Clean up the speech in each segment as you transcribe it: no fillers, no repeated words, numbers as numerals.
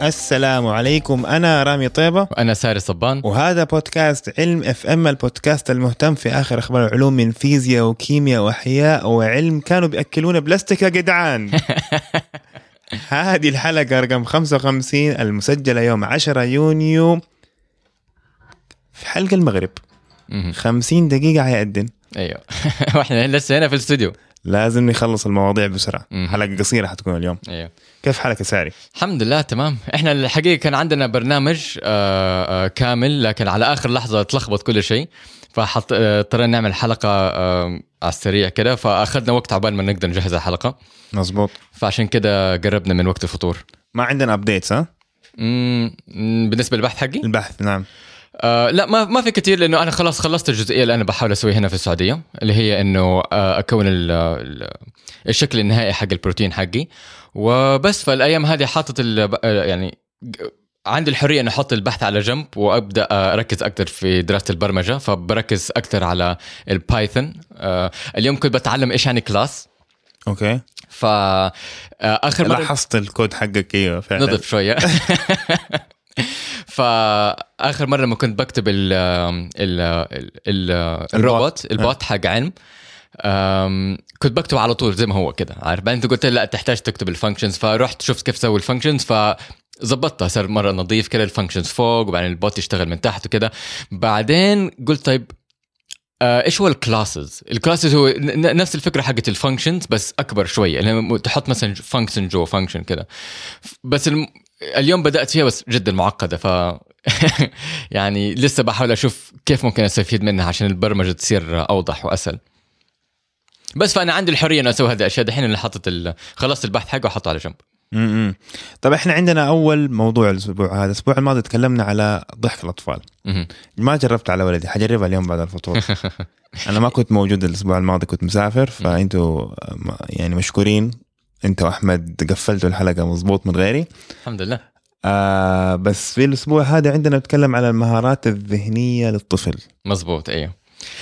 السلام عليكم، أنا رامي طيبة وأنا ساري صبان، وهذا بودكاست علم اف ام، البودكاست المهتم في آخر أخبار العلوم من فيزياء وكيمياء وأحياء وعلم. كانوا بيأكلونا بلاستيك يا جدعان. هذه الحلقة رقم 55 المسجلة يوم 10 يونيو في حلقة المغرب. 50 دقيقة هيأذن. أيوه. وإحنا لسه هنا في الاستوديو، لازم نخلص المواضيع بسرعة. حلقة قصيرة حتكون اليوم. أيوه. كيف حالك يا ساري؟ الحمد لله تمام. إحنا الحقيقة كان عندنا برنامج كامل، لكن على آخر لحظة تلخبط كل شيء، اضطرينا نعمل حلقة على السريع كده، فأخذنا وقت عبال ما نقدر نجهز الحلقة. مزبوط. فعشان كده قربنا من وقت الفطور. ما عندنا أبديتس ها؟ بالنسبة للبحث حقي؟ البحث نعم. لا ما في كتير، لأنه أنا خلاص خلصت الجزئية اللي أنا بحاول أسويها هنا في السعودية، اللي هي إنه أكون الشكل النهائي حق البروتين حقي وبس. فالأيام هذه حاطت يعني عندي الحرية أن أحط البحث على جنب وأبدأ أركز أكتر في دراسة البرمجة، فبركز أكتر على البايثون. اليوم كنت بتعلم إيش يعني كلاس. أوكي. فآخر مرة لاحظت الكود حقك. أيوة فعلا. نضف شوية. فآخر مرة لما كنت بكتب البوت حق علم، كنت بكتب على طول زي ما هو كده، عارف. بعدين انت قلت لا تحتاج تكتب الفانكشنز، فرحت شفت كيف سوي الفانكشنز، فزبطتها صار مرة نظيف كده، الفانكشنز فوق وبعدين البوت يشتغل من تحت وكده. بعدين قلت طيب ايش هو الكلاسز هو نفس الفكرة حقت الفانكشنز بس أكبر شوية، يعني تحط مثلا فانكشن جو فانكشن كده. بس اليوم بدأت فيها بس جدا معقدة، يعني لسه بحاول أشوف كيف ممكن أستفيد منها عشان البرمجة تصير أوضح وأسهل. بس فأنا عندي الحرية أن أسوي هذه الأشياء. دحين اللي حطت خلصت البحث حقه وحطه على جنب. طب إحنا عندنا أول موضوع الأسبوع هذا. الأسبوع الماضي تكلمنا على ضحك الأطفال. ما جربت على ولدي، حجربها اليوم بعد الفطور. أنا ما كنت موجود الأسبوع الماضي، كنت مسافر، فأنتوا يعني مشكورين، أنت وأحمد قفلتوا الحلقة مزبوط من غيري، الحمد لله. بس في الأسبوع هذا عندنا نتكلم على المهارات الذهنية للطفل. مزبوط. أيوه.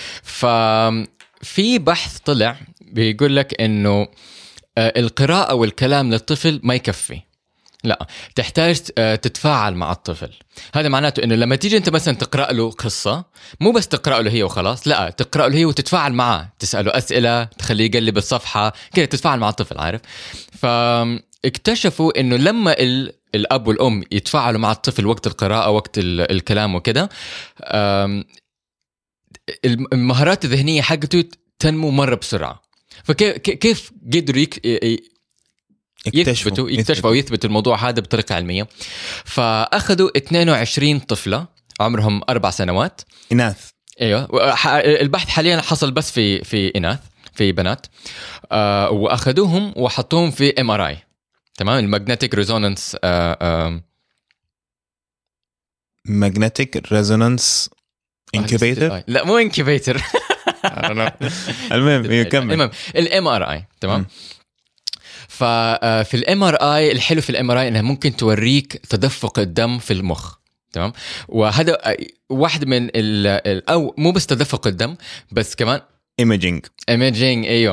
ففي بحث طلع بيقول لك إنه القراءة والكلام للطفل ما يكفي، لا تحتاج تتفاعل مع الطفل. هذا معناته إنه لما تيجي أنت مثلا تقرأ له قصة، مو بس تقرأ له هي وخلاص، لا تقرأ له هي وتتفاعل معه، تسأله أسئلة، تخليه يقلب الصفحة كده، تتفاعل مع الطفل، عارف. فاكتشفوا إنه لما الأب والأم يتفاعلوا مع الطفل وقت القراءة وقت الكلام وكده، المهارات الذهنية حقته تنمو مرة بسرعة. فكيف قدروا يكتشفوا أو يثبتوا الموضوع هذا بطريقة علمية؟ فأخذوا 22 طفلة عمرهم 4 سنوات إناث. أيوة. البحث حاليا حصل بس في إناث، في بنات. وأخذوهم وحطوهم في MRI، تمام، المagnetic resonance magnetic resonance incubator. لا مو incubator. المهم يكمل. MRI، تمام. ففي MRI الحلو في MRI انها ممكن توريك تدفق الدم في المخ، تمام. وهذا واحد من او مو بس تدفق الدم، بس كمان imaging. ايوه.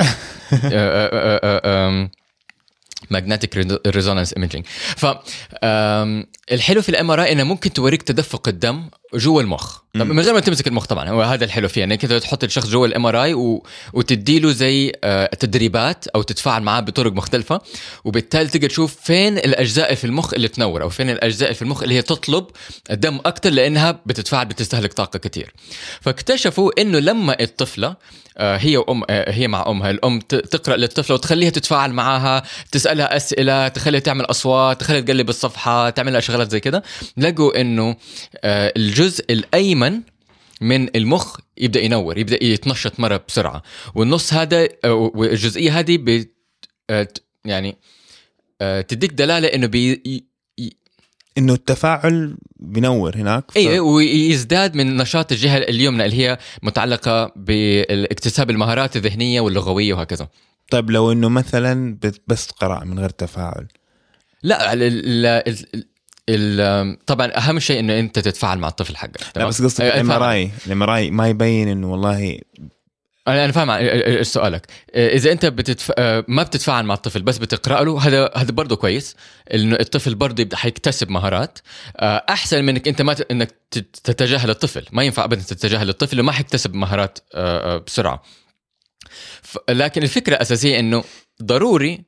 magnetic resonance imaging. فالحلو في MRI انه ممكن توريك تدفق الدم جوا المخ من غير ما تمسك المخ طبعا. هو هذا الحلو فيه، انك انت تحط الشخص جوا MRI وتديله زي تدريبات او تتفاعل معاه بطرق مختلفة، وبالتالي تقدر تشوف فين الاجزاء في المخ اللي تنور، او فين الاجزاء في المخ اللي هي تطلب الدم اكتر لانها بتتفاعل، بتستهلك طاقة كتير. فاكتشفوا انه لما الطفلة هي مع أمها، الأم تقرأ للطفلة وتخليها تتفاعل معها، تسألها أسئلة، تخليها تعمل أصوات، تخليها تقلب الصفحة، تعملها شغلات زي كده، لقوا إنه الجزء الأيمن من المخ يبدأ ينور، يبدأ يتنشط مرة بسرعة، والنص هذا والجزئية هذه يعني تديك دلالة إنه إنه التفاعل بينور هناك. ايه، ويزداد من نشاط الجهة اليمنى اللي هي متعلقة بالاكتساب المهارات الذهنية واللغوية وهكذا. طيب لو إنه مثلا بس قراءة من غير تفاعل؟ لا طبعا أهم شيء إنه أنت تتفاعل مع الطفل حقك. لا بس قصدي الMRI ما يبين إنه والله انا فاهم ايش سؤالك. اذا انت ما بتتفاعل مع الطفل بس بتقرا له، هذا برضه كويس، انه الطفل برضه يبدا حيكتسب مهارات احسن منك انت ما انك تتجاهل الطفل. ما ينفع ابدا تتجاهل الطفل وما حيكتسب مهارات بسرعه. لكن الفكره الاساسيه انه ضروري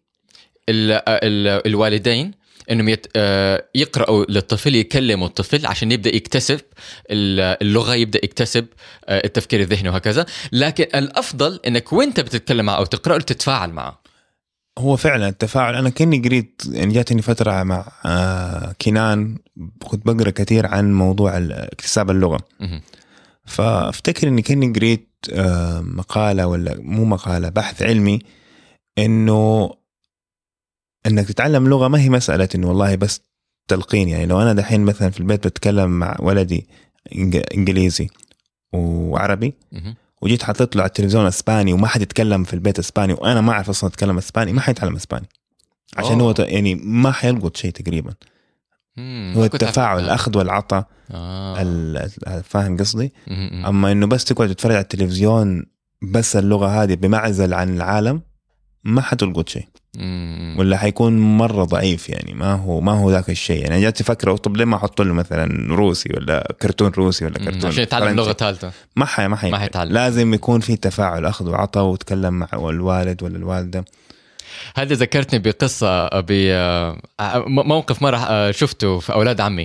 الوالدين انهم يقرأوا للطفل، يكلموا الطفل عشان يبدأ يكتسب اللغة، يبدأ يكتسب التفكير الذهني وهكذا. لكن الأفضل انك وانت بتتكلم معه او تقرأ له تتفاعل معه. هو فعلا التفاعل، انا كني قريت يعني جاتني فترة مع كنان كنت بقرأ كثير عن موضوع اكتساب اللغة. فافتكر اني كني قريت مقالة ولا مو مقالة، بحث علمي انه انك تتعلم لغة ما هي مسألة انه والله بس تلقين. يعني لو انا دحين مثلا في البيت بتكلم مع ولدي انجليزي وعربي وجيت حطيت له على التلفزيون اسباني وما حد يتكلم في البيت اسباني وانا ما اعرف اصلا اتكلم اسباني، ما حيتعلم اسباني عشان هو يعني ما حيلقط شيء تقريبا. هو التفاعل، الاخذ والعطاء. فاهم قصدي؟ اما انه بس تقعد تتفرج على التلفزيون بس اللغة هذه بمعزل عن العالم ما حتلقط شيء، ولا حيكون مرة ضعيف. يعني ما هو ذاك الشيء. يعني جات تفكر طب ليه ما احط له مثلا روسي ولا كرتون روسي ولا كرتون عشان يتعلم لغة ثالثة؟ ما حيتعلم. لازم يكون في تفاعل، اخذ وعطاء، وتكلم مع الوالد ولا الوالدة. هذا ذكرتني بقصة بموقف مرة شفته في أولاد عمي.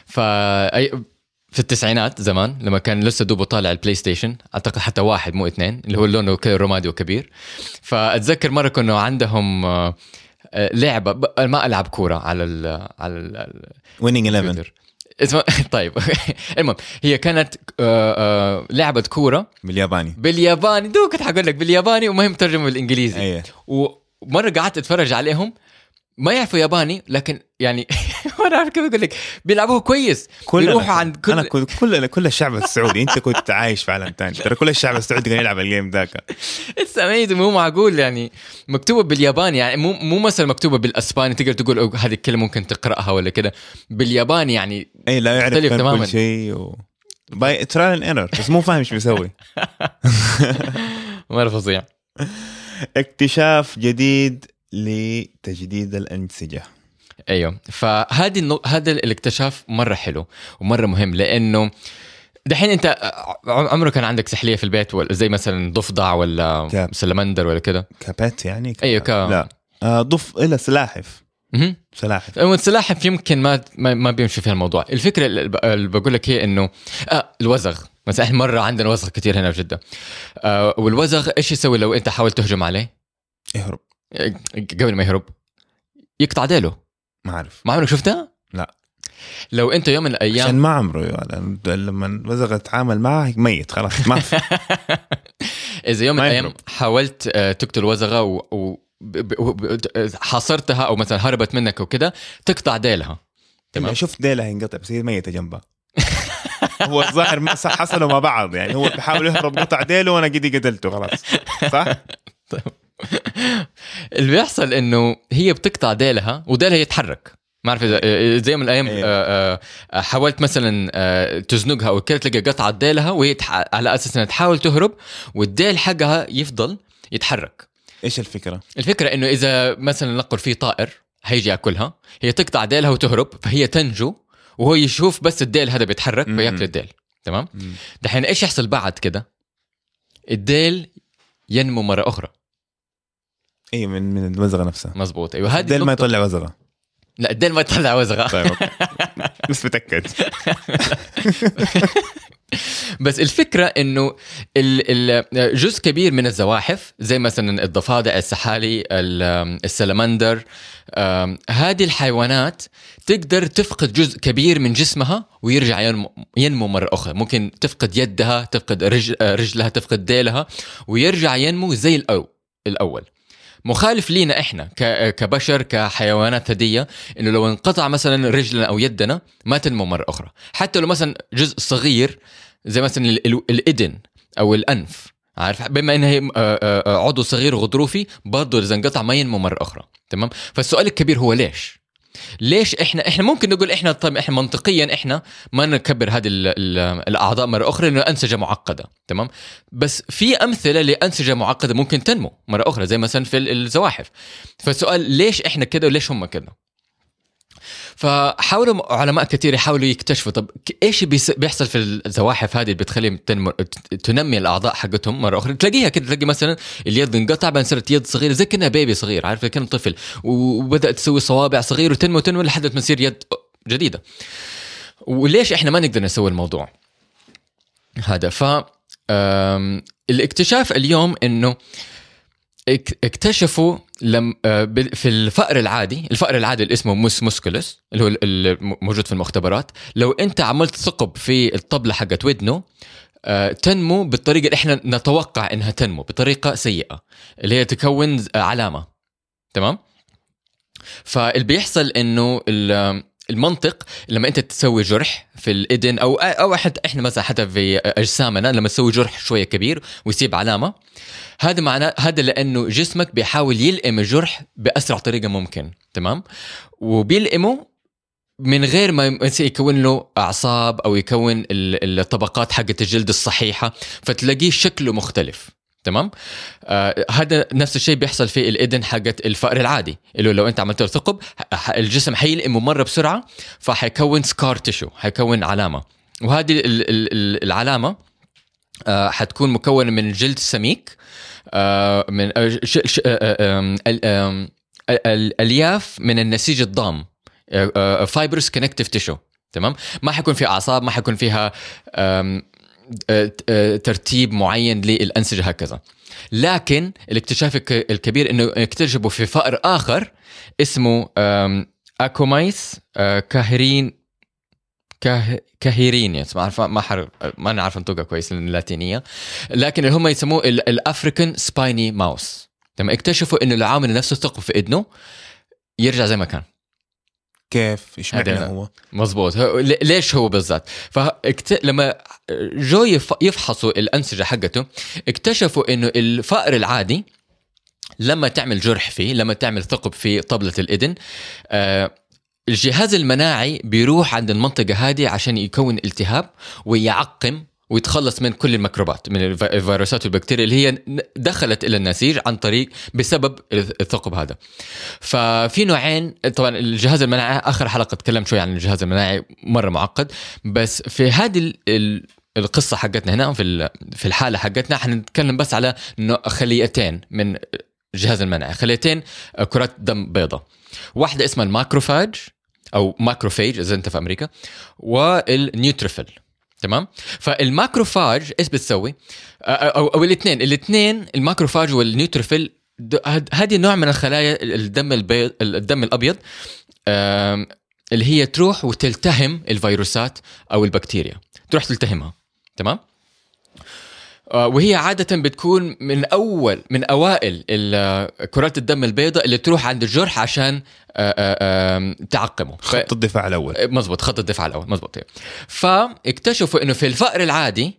في التسعينات زمان لما كان لسه دوبه طالع البلاي ستيشن، أعتقد حتى 1 مو 2، اللي هو لونه رمادي وكبير. فأتذكر مرة كانوا عندهم لعبة، ما ألعب كورة على Winning 11 اسمه. طيب المهم هي كانت لعبة كورة بالياباني كنت حقول لك بالياباني وما هي مترجمة بالإنجليزي. أيه. ومرة قعدت أتفرج عليهم ما يعرفوا ياباني، لكن يعني ما أعرف كيف أقول لك، بيلعبوه كويس. بيروحوا عند كل الشعب السعودي. أنت كنت عايش في عالم تاني، ترى كل الشعب السعودي كان يلعب الجيم ذاك. السميد مو معقول، يعني مكتوبة بالياباني، يعني مو مثلا مكتوبة بالأسباني تقدر تقول هذه الكلمة ممكن تقرأها ولا كده. بالياباني يعني أي لا يعرف كل شيء باي ترايل ايرور، بس مو فاهم ايش بيسوي. مرة فظيع. اكتشاف جديد لتجديد الأنسجة. ايوه، هذا الاكتشاف مره حلو ومره مهم، لانه دحين انت عمره كان عندك سحليه في البيت ولا زي مثلا ضفدع ولا سلمندر ولا كده؟ كابت يعني ايوه لا ضف سلاحف. السلاحف يمكن ما بيمشي فيها الموضوع. الفكره اللي بقول لك هي انه الوزغ مثلا، احنا مره عندنا وزغ كتير هنا في جده. والوزغ ايش يسوي لو انت حاولت تهجم عليه؟ يهرب. قبل ما يهرب يقطع ديله. ما أعرف، ما عمرك شفتها؟ لا. لو أنت يوم من الأيام عشان ما عمره يعني لما الوزغ اتعامل معه ميت خلاص ما في. إذا يوم من الأيام حاولت تقتل وزغة حاصرتها أو مثلا هربت منك وكده، تقطع ديلها. تمام، شفت ديلها ينقطع بس هي ميتة جنبها. هو الظاهر ما حصلوا مع بعض، يعني هو بيحاول يهرب قطع ديله وأنا قتلته خلاص، صح؟ اللي بيحصل انه هي بتقطع ديلها وديلها يتحرك. ما اعرف اذا زي من الايام حاولت مثلا تزنقها او كده، تلاقي قطعت ديلها وهي على اساس انها تحاول تهرب والديل حقها يفضل يتحرك. ايش الفكره؟ الفكره انه اذا مثلا نقول في طائر هيجي ياكلها، هي تقطع ديلها وتهرب فهي تنجو، وهو يشوف بس الديل هذا بيتحرك فياكل الديل. تمام. دحين ايش يحصل بعد كده؟ الديل ينمو مره اخرى. اي من الوزغه نفسها. مظبوط. ايوه، هذه الديل ما يطلع وزغه. لا، الديل ما يطلع وزغه. طيب بس متاكد. بس الفكره انه جزء كبير من الزواحف زي مثلا الضفادع، السحالي، السلمندر، هذه الحيوانات تقدر تفقد جزء كبير من جسمها ويرجع ينمو مرة أخرى. ممكن تفقد يدها، تفقد رجلها، تفقد ديلها ويرجع ينمو زي الأول. مخالف لينا إحنا كبشر، كحيوانات ثدية، إنه لو انقطع مثلا رجلنا أو يدنا ما تنمو مرة أخرى. حتى لو مثلا جزء صغير زي مثلا الإذن أو الأنف، عارف، بما إنه عضو صغير غضروفي برضو إذا انقطع ما ينمو مرة أخرى. تمام. فالسؤال الكبير هو ليش؟ ليش احنا ممكن نقول احنا طيب احنا منطقيا احنا ما نكبر هذه الاعضاء مره اخرى لانه انسجه معقده. تمام. بس في امثله لانسجه معقده ممكن تنمو مره اخرى زي مثلا في الزواحف. فالسؤال ليش احنا كده وليش هم كده؟ فحاولوا علماء كثير يحاولوا يكتشفوا طب ايش بيحصل في الزواحف هذه اللي بتخليهم تنمي الاعضاء حقتهم مره اخرى. تلاقيها كده، تلاقي مثلا اليد انقطع بعدين صارت يد صغيره زي كأنها بيبي صغير، عارف كأنه طفل، وبدات تسوي صوابع صغيره وتنمو لحد ما تصير يد جديده. وليش احنا ما نقدر نسوي الموضوع هذا؟ الاكتشاف اليوم انه اكتشفوا في الفأر العادي اللي اسمه موسكولس اللي هو موجود في المختبرات، لو انت عملت ثقب في الطبلة حقت ودنه تنمو بالطريقة اللي احنا نتوقع انها تنمو، بطريقة سيئة اللي هي تكون علامة. تمام. فاللي بيحصل انه المنطق لما انت تسوي جرح في الاذن او احنا مثلا حتى في اجسامنا لما تسوي جرح شويه كبير ويسيب علامه، هذا معناه هذا لانه جسمك بيحاول يلئم الجرح باسرع طريقه ممكن. تمام. وبيلئمه من غير ما يكون له اعصاب او يكون الطبقات حقه الجلد الصحيحه، فتلاقيه شكله مختلف. تمام. هذا نفس الشيء بيحصل في الإذن حقت الفأر العادي، اللي لو أنت عملت له ثقب الجسم حيلئمه مرة بسرعة فحيكون سكار تيشو، حيكون علامة. وهذه العلامة حتكون مكونة من جلد سميك، من الألياف من النسيج الضام، فايبرس كونكتيف تيشو. تمام. ما حيكون فيها أعصاب، ما حيكون فيها ترتيب معين للأنسجة هكذا. لكن الاكتشاف الكبير انه اكتشفوا في فأر آخر اسمه أكومايس كاهيرين، ما نعرف انطقها كويس اللاتينية، لكن هم يسموه الأفريكان سبايني ماوس. تمام. اكتشفوا انه لو عامل نفسه ثقب في إذنه يرجع زي ما كان. كيف؟ إيش معنى هو؟ مزبوط. ليش هو بالذات؟ لما جو يفحصوا الأنسجة حقته اكتشفوا إنه الفأر العادي لما تعمل جرح فيه، لما تعمل ثقب في طبلة الإذن، الجهاز المناعي بيروح عند المنطقة هذه عشان يكون التهاب ويعقم ويتخلص من كل الميكروبات، من الفيروسات والبكتيريا اللي هي دخلت إلى النسيج عن طريق بسبب الثقب هذا. ففي نوعين طبعا. الجهاز المناعي آخر حلقة تكلمت شوي عن الجهاز المناعي، مرة معقد، بس في هذه القصة حقتنا هنا في الحالة حقتنا حنتكلم بس على خليتين من الجهاز المناعي، خليتين كرات دم بيضاء، واحدة اسمها الماكروفاج أو ماكروفاج إذا أنت في أمريكا، والنيوتروفيل. تمام. فالماكروفاج ايش بتسوي؟ او الاثنين الماكروفاج والنيوتروفيل، هذه نوع من الخلايا الدم الابيض اللي هي تروح وتلتهم الفيروسات او البكتيريا، تروح تلتهمها. تمام. وهي عادة بتكون من أوائل كرات الدم البيضاء اللي تروح عند الجرح عشان تعقمه. خط الدفاع الأول. مزبوط، خط الدفاع الأول. مزبوط. فاكتشفوا إنه في الفأر العادي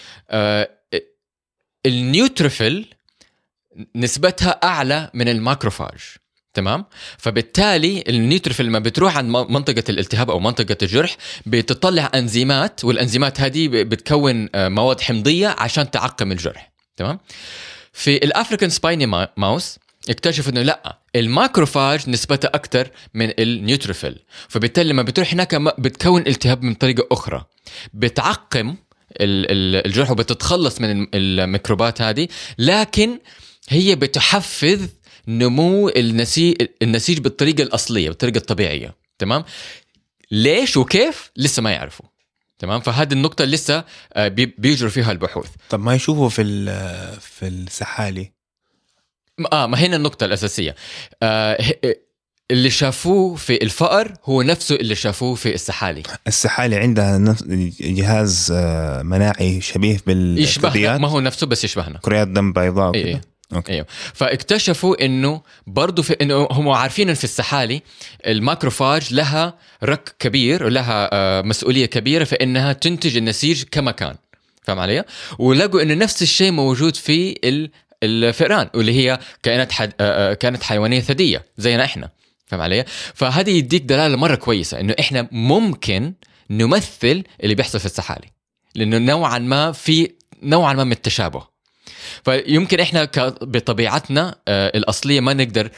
النيوتروفيل نسبتها أعلى من الماكروفاج. تمام. فبالتالي النيوتروفيل لما بتروح عند منطقة الالتهاب أو منطقة الجرح بتطلع أنزيمات، والأنزيمات هذه بتكون مواد حمضية عشان تعقم الجرح. تمام. في الأفريكان سبايني ماوس اكتشفوا إنه لا، الماكروفاج نسبتها أكتر من النيوتروفيل، فبالتالي لما بتروح هناك بتكون التهاب من طريقة أخرى، بتعقم الجرح وبتتخلص من الميكروبات هذه، لكن هي بتحفز نمو النسيج بالطريقة الأصلية، بالطريقة الطبيعية. تمام. ليش وكيف لسه ما يعرفوا. تمام. فهذه النقطة لسه بيجروا فيها البحوث. طب ما يشوفوا في السحالي؟ ما هنا النقطة الأساسية. اللي شافوه في الفأر هو نفسه اللي شافوه في السحالي. السحالي عندها جهاز مناعي شبيه يشبهنا، ما هو نفسه بس يشبهنا، كريات دم بيضاء. إيه. أيوه. فاكتشفوا انه برضو انه هم عارفين في السحالي الماكروفاج لها رك كبير ولها مسؤولية كبيرة في انها تنتج النسيج كما كان. فهم علي؟ ولقوا انه نفس الشيء موجود في الفئران، واللي هي كانت حيوانية ثدية زينا احنا. فهم علي؟ فهذه يديك دلالة مرة كويسة إنه إحنا ممكن نمثل اللي بيحصل في السحالي، لأنه نوعا ما من التشابه. فيمكن إحنا بطبيعتنا الأصلية ما نقدر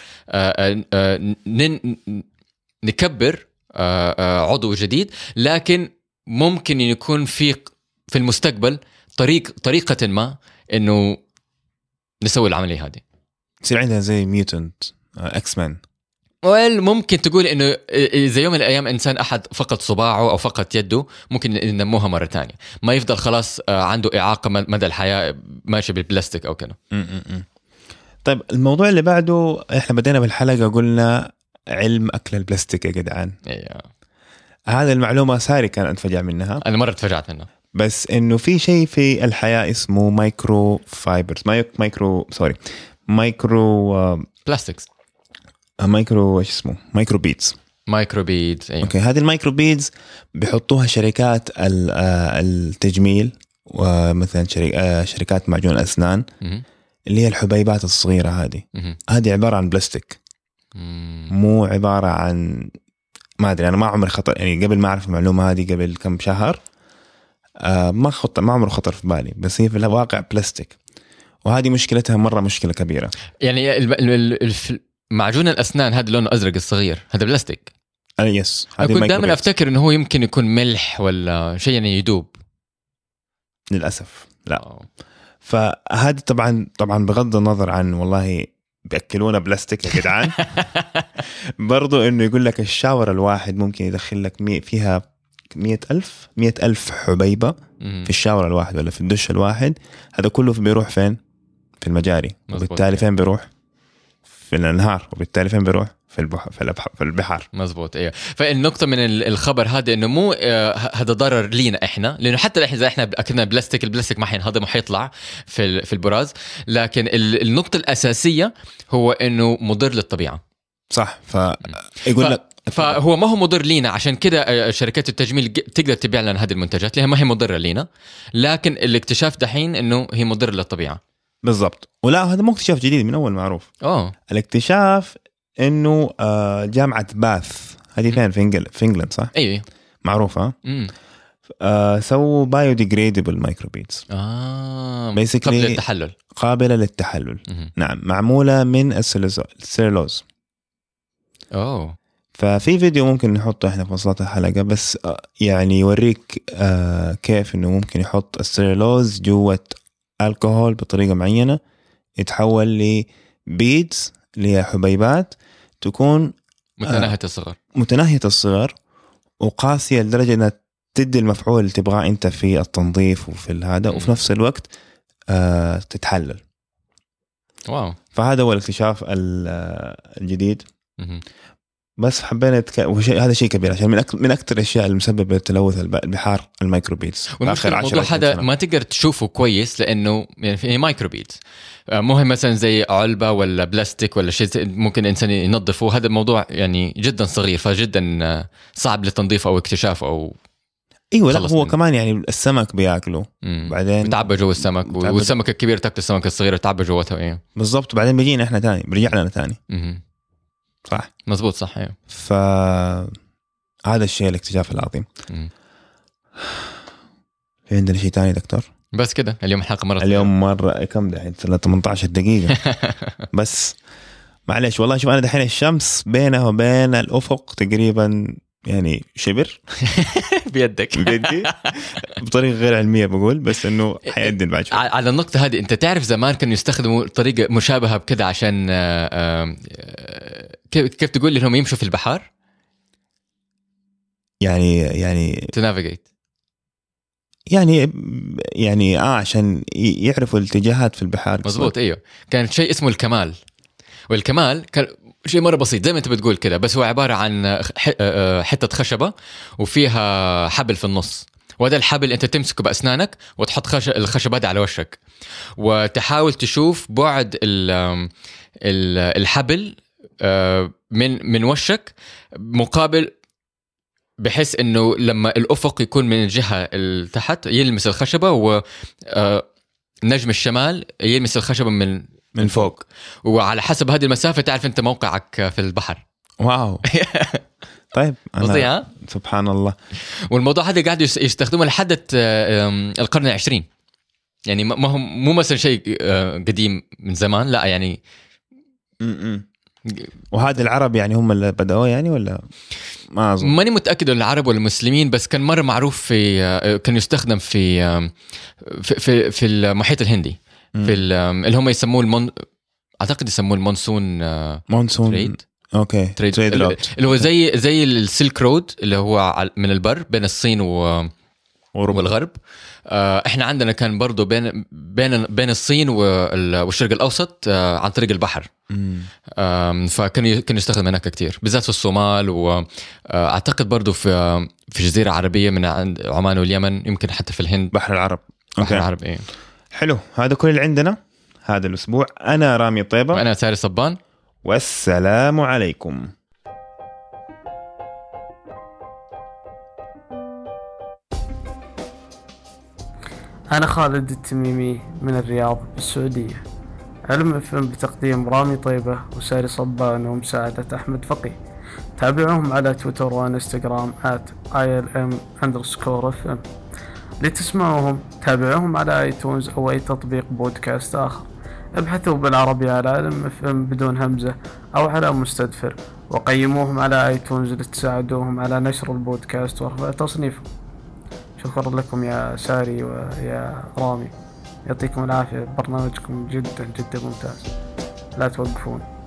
نكبر عضو جديد، لكن ممكن يكون في المستقبل طريقة ما إنه نسوي العملية هذه. يصير عندنا زي ميوتنت اكس مان. ممكن تقول إنه إذا يوم من الأيام إنسان أحد فقد صباعه أو فقد يده ممكن ينموها مرة تانية، ما يفضل خلاص عنده إعاقة مدى الحياة ماشي بالبلاستيك أو كده. طيب الموضوع اللي بعده، إحنا بدينا بالحلقة قلنا علم أكل البلاستيك يا جدعان. هذا المعلومة ساري كان أنفجع منها، أنا مرة تفجعت منها. بس إنه في شيء في الحياة اسمه مايكرو فايبرز، مايكرو بلاستيكس، مايكرو ايش اسمه، مايكرو بيدز. أيوة. اوكي، هذه المايكرو بيدز بيحطوها شركات التجميل، ومثلا شركات معجون أسنان اللي هي الحبيبات الصغيرة هذه عبارة عن بلاستيك، مو عبارة عن، ما أدري، أنا ما عمري خطر يعني قبل ما أعرف المعلومة هذه قبل كم شهر، ما عمره خطر في بالي، بس هي في الواقع بلاستيك، وهذه مشكلتها مرة مشكلة كبيرة. يعني معجون الأسنان هذا لونه أزرق الصغير هذا بلاستيك. يس، كنت دائما أفتكر إنه هو يمكن يكون ملح ولا شيء يعني يدوب. للأسف لا. فهذه طبعا بغض النظر عن والله بيأكلونا بلاستيك يا جدعان. برضو إنه يقول لك الشاور الواحد ممكن يدخل لك فيها 100,000 حبيبة في الشاور الواحد ولا في الدش الواحد. هذا كله بيروح فين؟ في المجاري، وبالتالي فين بيروح؟ في الأنهار، وبالتالي فين بيروح؟ في البحر. مزبوط. ايوه. فالنقطه من الخبر هذا انه مو هذا ضرر لينا احنا، لانه حتى اذا احنا اكلنا البلاستيك ما حينهضم وحيطلع في البراز، لكن النقطه الاساسيه هو انه مضر للطبيعه. صح. فيقول لك فهو ما هو مضر لينا، عشان كده شركات التجميل تقدر تبيع لنا هذه المنتجات لأنها ما هي مضره لينا، لكن الاكتشاف دحين انه هي مضر للطبيعه. بالضبط. ولا هذا مو اكتشاف جديد، من اول معروف. الاكتشاف انه جامعه باث، هذه فين؟ في انجلند صح؟ ايوه معروفه. سووا بايوديجريدبل مايكروبيدز، قابله للتحلل. نعم، معموله من السيلولوز. ففي فيديو ممكن نحطه احنا في وسط الحلقه، بس يعني يوريك كيف انه ممكن يحط السيلولوز جوه الكحول بطريقه معينه، يتحول لبيدز اللي هي حبيبات تكون متناهية الصغر وقاسية لدرجة أنها تدي المفعول اللي تبغاه أنت في التنظيف وفي هذا، وفي نفس الوقت تتحلل. واو. فهذا هو الاكتشاف الجديد. بس حبينا هذا شيء كبير، عشان من أكثر الأشياء المسببة لتلوث البحار الميكروبيدز. الموضوع هذا ما تقدر تشوفه كويس لأنه يعني في مايكروبيدز، مهم مثلا زي علبة ولا بلاستيك ولا شيء ممكن الإنسان ينظفه. هذا الموضوع يعني جدا صغير، فجدا صعب للتنظيف أو اكتشافه أو ايوه. لا هو كمان يعني السمك بياكله، بعدين بتعبى جوا السمك، والسمك الكبير تاكل السمك الصغير تعبى جواتها. ايه بالضبط. بعدين بيجينا احنا تاني، برجع لنا تاني. صح. مزبوط. صح. ايوه. فهذا الشيء الاكتشاف العظيم. في عندنا شيء تاني دكتور؟ بس كده اليوم الحلقه اليوم مرة كم دحين؟ 18 دقيقة. بس معلش والله. شوف أنا دحين الشمس بينه وبين الأفق تقريبا يعني شبر. بيدك. بيدي بطريقة غير علمية بقول، بس إنه حيدن بعد شوي. على النقطة هذه، أنت تعرف زمان كانوا يستخدموا طريقة مشابهة بكذا عشان كيف تقول لهم يمشوا في البحر؟ يعني تنافيجيت. يعني عشان يعرفوا الاتجاهات في البحار. مزبوط. ايوه. كان شيء اسمه الكمال، والكمال كان شيء مرة بسيط زي ما انت بتقول كده، بس هو عبارة عن حتة خشبة وفيها حبل في النص، وهذا الحبل انت تمسكه بأسنانك وتحط الخشبة هذا على وشك، وتحاول تشوف بعد الحبل من وشك مقابل، بحيث انه لما الافق يكون من الجهه التحت يلمس الخشبه، ونجم الشمال يلمس الخشبه من فوق، وعلى حسب هذه المسافه تعرف انت موقعك في البحر. واو. طيب فظيع. سبحان الله. والموضوع هذا قاعد يستخدمه لحد القرن العشرين، يعني ما هو مو مثلا شيء قديم من زمان، لا يعني. وهذا العرب يعني هم اللي بدأوه يعني ولا ما أظن؟ ماني متأكد العرب ولا المسلمين، بس كان مرة معروف كان يستخدم في المحيط الهندي، في اللي هم يسموه أعتقد يسموه المونسون تريد. اوكي تريد اللي هو زي السيلك رود اللي هو من البر بين الصين والغرب. احنا عندنا كان برضو بين الصين والشرق الاوسط عن طريق البحر. فكان يستخدم هناك كتير، بالذات في الصومال، واعتقد برضو في جزيرة عربية من عند عمان واليمن، يمكن حتى في الهند. بحر العرب. بحر العرب. ايه حلو. هذا كل اللي عندنا هذا الاسبوع. انا رامي طيبة، وانا ساري صبان، والسلام عليكم. أنا خالد التميمي من الرياض بالسعودية. علم FM بتقديم رامي طيبة وساري صبان ومساعدة أحمد فقيه. تابعوهم على تويتر وانستغرام @ilm_FM. لتسمعوهم تابعوهم على ايتونز أو أي تطبيق بودكاست آخر. ابحثوا بالعربي على علم FM بدون همزة أو على مستدفر، وقيموهم على ايتونز لتساعدوهم على نشر البودكاست ورفع تصنيفه. شكرا لكم يا ساري ويا رامي، يعطيكم العافية، برنامجكم جدا جدا ممتاز، لا توقفون.